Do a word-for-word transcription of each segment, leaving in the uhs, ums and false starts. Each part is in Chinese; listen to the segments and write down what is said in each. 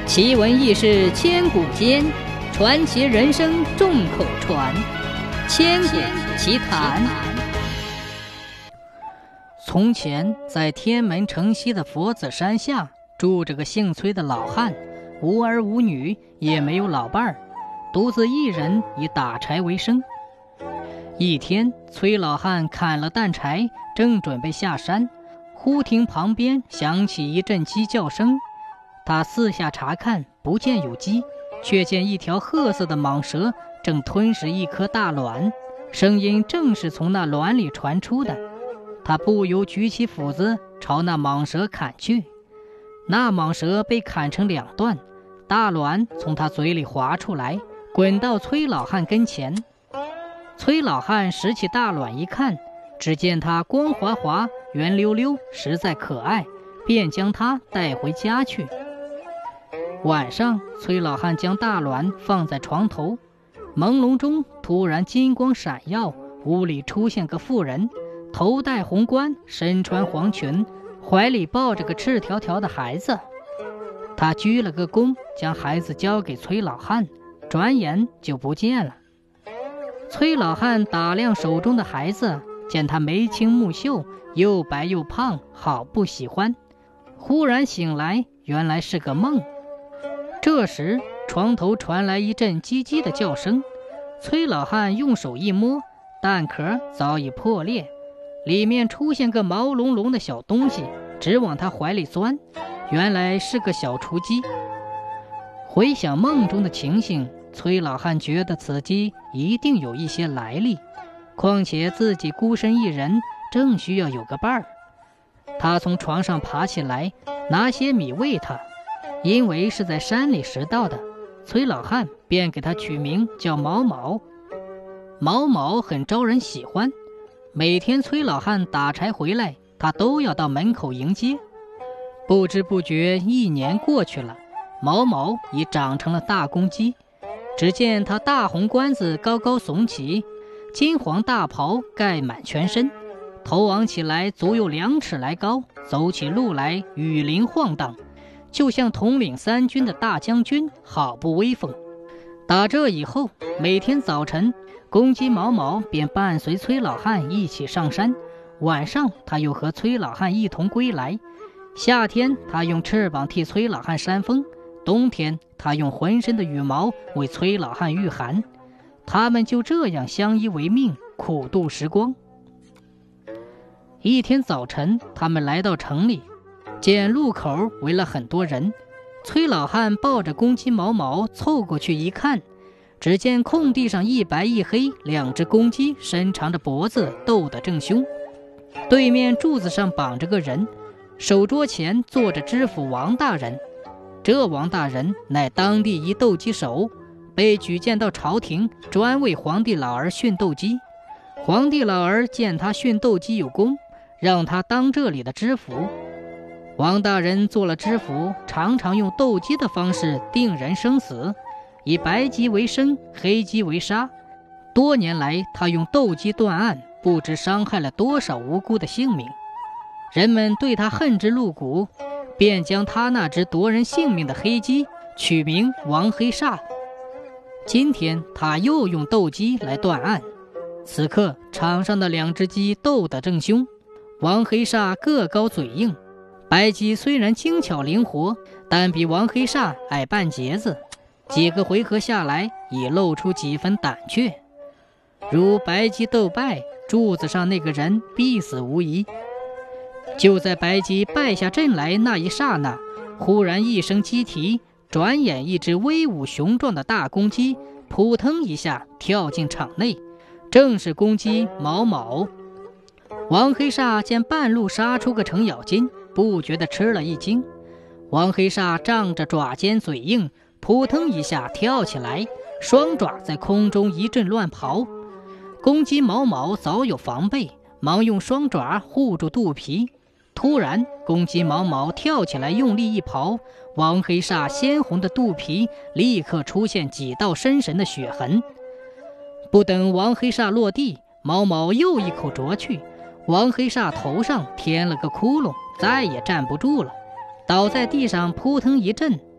奇闻异事千古间，传奇人生众口传。千古奇谈。从前，在天门城西的佛子山下，住着个姓崔的老汉，无儿无女，也没有老伴儿，独自一人以打柴为生。一天，崔老汉砍了担柴，正准备下山，忽听旁边响起一阵鸡叫声。他四下查看，不见有鸡，却见一条褐色的蟒蛇正吞食一颗大卵，声音正是从那卵里传出的。他不由举起斧子朝那蟒蛇砍去，那蟒蛇被砍成两段，大卵从他嘴里滑出来，滚到崔老汉跟前。崔老汉拾起大卵一看，只见它光滑滑圆溜溜，实在可爱，便将它带回家去。晚上，崔老汉将大卵放在床头，朦胧中突然金光闪耀，屋里出现个妇人，头戴红冠，身穿黄裙，怀里抱着个赤条条的孩子。他鞠了个躬，将孩子交给崔老汉，转眼就不见了。崔老汉打量手中的孩子，见他眉清目秀，又白又胖，好不喜欢。忽然醒来，原来是个梦。这时床头传来一阵叽叽的叫声，崔老汉用手一摸，蛋壳早已破裂，里面出现个毛茸茸的小东西，直往他怀里钻，原来是个小雏鸡。回想梦中的情形，崔老汉觉得此鸡一定有一些来历，况且自己孤身一人，正需要有个伴儿。他从床上爬起来，拿些米喂它，因为是在山里拾到的，崔老汉便给它取名叫毛毛。毛毛很招人喜欢，每天崔老汉打柴回来，他都要到门口迎接。不知不觉一年过去了，毛毛已长成了大公鸡。只见他大红冠子高高耸起，金黄大袍盖满全身，头昂起来足有两尺来高，走起路来雨林晃荡，就像统领三军的大将军，好不威风。打这以后，每天早晨公鸡毛毛便伴随崔老汉一起上山，晚上他又和崔老汉一同归来。夏天他用翅膀替崔老汉扇风，冬天他用浑身的羽毛为崔老汉御寒。他们就这样相依为命，苦度时光。一天早晨，他们来到城里，见路口围了很多人。崔老汉抱着公鸡毛毛凑过去一看，只见空地上一白一黑两只公鸡伸长着脖子斗得正凶，对面柱子上绑着个人，手桌前坐着知府王大人。这王大人乃当地一斗鸡手，被举荐到朝廷，专为皇帝老儿驯斗鸡。皇帝老儿见他驯斗鸡有功，让他当这里的知府。王大人做了知府，常常用斗鸡的方式定人生死，以白鸡为生，黑鸡为杀。多年来，他用斗鸡断案，不知伤害了多少无辜的性命。人们对他恨之入骨，便将他那只夺人性命的黑鸡取名王黑煞。今天他又用斗鸡来断案。此刻场上的两只鸡斗得正凶，王黑煞个高嘴硬，白鸡虽然精巧灵活，但比王黑煞矮半截子，几个回合下来已露出几分胆怯。如白鸡斗败，柱子上那个人必死无疑。就在白鸡败下阵来那一刹那，忽然一声鸡啼，转眼一只威武雄壮的大公鸡扑腾一下跳进场内，正是公鸡毛毛。王黑煞见半路杀出个程咬金，不觉得吃了一惊。王黑煞仗着爪尖嘴硬，扑腾一下跳起来，双爪在空中一阵乱刨。公鸡毛毛早有防备，忙用双爪护住肚皮。突然公鸡毛毛跳起来用力一刨，王黑煞鲜红的肚皮立刻出现几道深深的血痕。不等王黑煞落地，毛毛又一口啄去，王黑煞头上添了个窟窿，再也站不住了，倒在地上扑腾一震，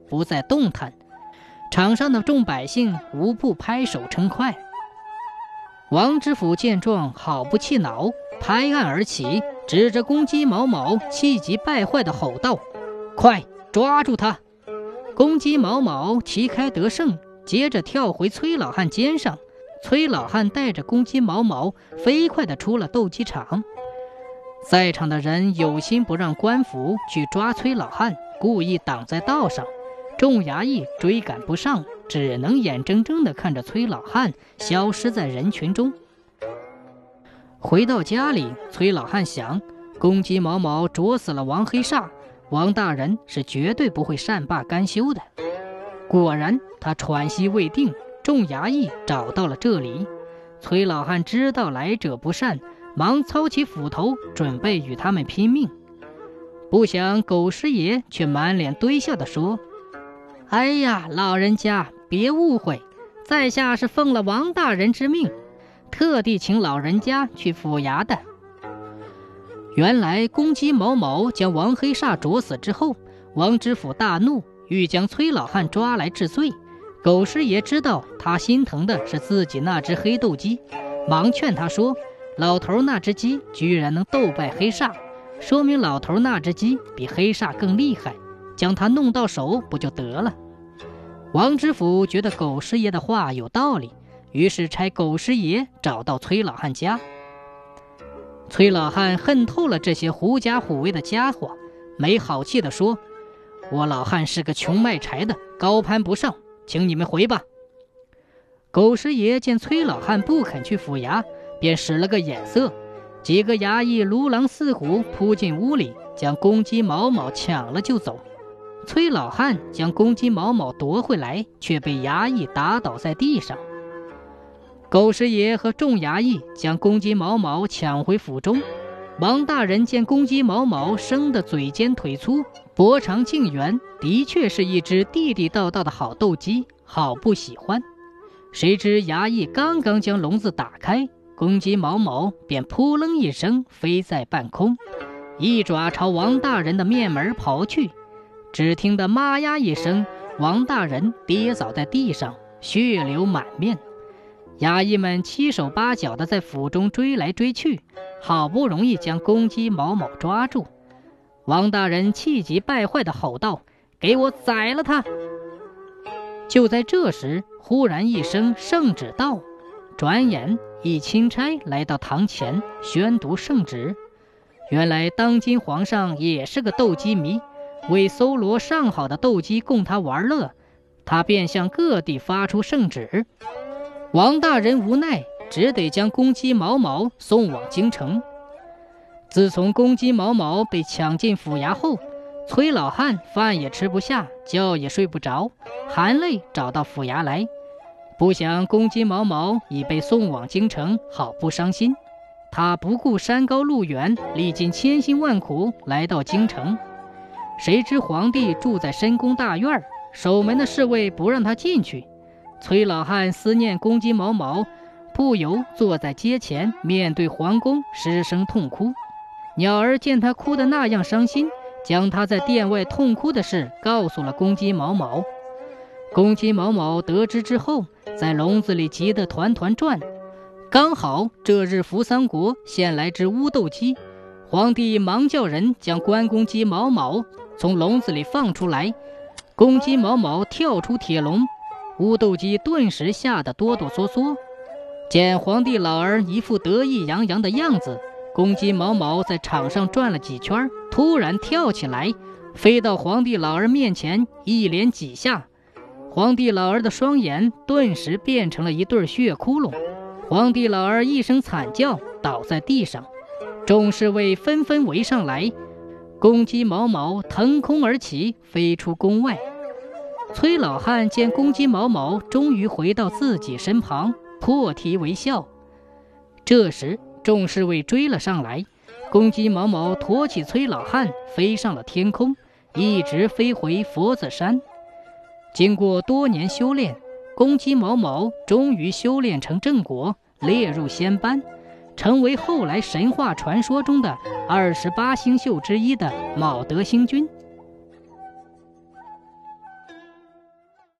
不再动弹。场上的众百姓无不拍手称快。王知府见状，好不气恼，拍案而起，指着公鸡毛毛，气急败坏地吼道：“快抓住他！”公鸡毛毛旗开得胜，接着跳回崔老汉肩上。崔老汉带着公鸡毛毛飞快地出了斗鸡场。在场的人有心不让官府去抓崔老汉，故意挡在道上，众衙役追赶不上，只能眼睁睁地看着崔老汉消失在人群中。回到家里，崔老汉想，公鸡毛毛啄死了王黑煞，王大人是绝对不会善罢甘休的。果然，他喘息未定，众衙役找到了这里。崔老汉知道来者不善，忙操起斧头，准备与他们拼命。不想狗师爷却满脸堆笑地说：“哎呀，老人家别误会，在下是奉了王大人之命，特地请老人家去府衙的。”原来公鸡毛毛将王黑煞啄死之后，王知府大怒，欲将崔老汉抓来治罪。狗师爷知道他心疼的是自己那只黑斗鸡，忙劝他说：“老头那只鸡居然能斗败黑煞，说明老头那只鸡比黑煞更厉害，将他弄到手不就得了？”王知府觉得狗师爷的话有道理，于是差狗师爷找到崔老汉家。崔老汉恨透了这些狐假虎威的家伙，没好气地说：“我老汉是个穷卖柴的，高攀不上，请你们回吧。”狗师爷见崔老汉不肯去府衙，便使了个眼色，几个衙役如狼似虎扑进屋里，将公鸡毛毛抢了就走。崔老汉将公鸡毛毛夺回来，却被衙役打倒在地上。狗师爷和众衙役将公鸡毛毛抢回府中。王大人见公鸡毛毛生得嘴尖腿粗，脖长颈圆，的确是一只地地道道的好斗鸡，好不喜欢。谁知衙役刚刚将笼子打开，公鸡毛毛便扑棱一声飞在半空，一爪朝王大人的面门刨去。只听得妈呀一声，王大人跌倒在地上，血流满面。衙役们七手八脚的在府中追来追去，好不容易将公鸡毛毛抓住。王大人气急败坏地吼道：“给我宰了他！”就在这时，忽然一声圣旨到，转眼一钦差来到堂前宣读圣旨。原来当今皇上也是个斗鸡迷，为搜罗上好的斗鸡供他玩乐，他便向各地发出圣旨。王大人无奈，只得将公鸡毛毛送往京城。自从公鸡毛毛被抢进府衙后，崔老汉饭也吃不下，觉也睡不着，含泪找到府衙来。不想公鸡毛毛已被送往京城，好不伤心。他不顾山高路远，历尽千辛万苦来到京城。谁知皇帝住在深宫大院，守门的侍卫不让他进去。崔老汉思念公鸡毛毛，不由坐在阶前，面对皇宫失声痛哭。鸟儿见他哭得那样伤心，将他在殿外痛哭的事告诉了公鸡毛毛。公鸡毛毛得知之后，在笼子里急得团团转。刚好这日扶桑国献来只乌斗鸡，皇帝忙叫人将关公鸡毛毛从笼子里放出来。公鸡毛毛跳出铁笼，乌斗鸡顿时吓得哆哆嗦嗦。见皇帝老儿一副得意洋洋的样子，公鸡毛毛在场上转了几圈，突然跳起来，飞到皇帝老儿面前，一连几下。皇帝老儿的双眼顿时变成了一对血窟窿，皇帝老儿一声惨叫，倒在地上。众侍卫纷纷围上来，公鸡毛毛腾空而起，飞出宫外。崔老汉见公鸡毛毛终于回到自己身旁，破涕为笑。这时众侍卫追了上来，公鸡毛毛驮起崔老汉飞上了天空，一直飞回佛子山。经过多年修炼，公鸡毛毛终于修炼成正果，列入仙班，成为后来神话传说中的二十八星宿之一的卯德星君。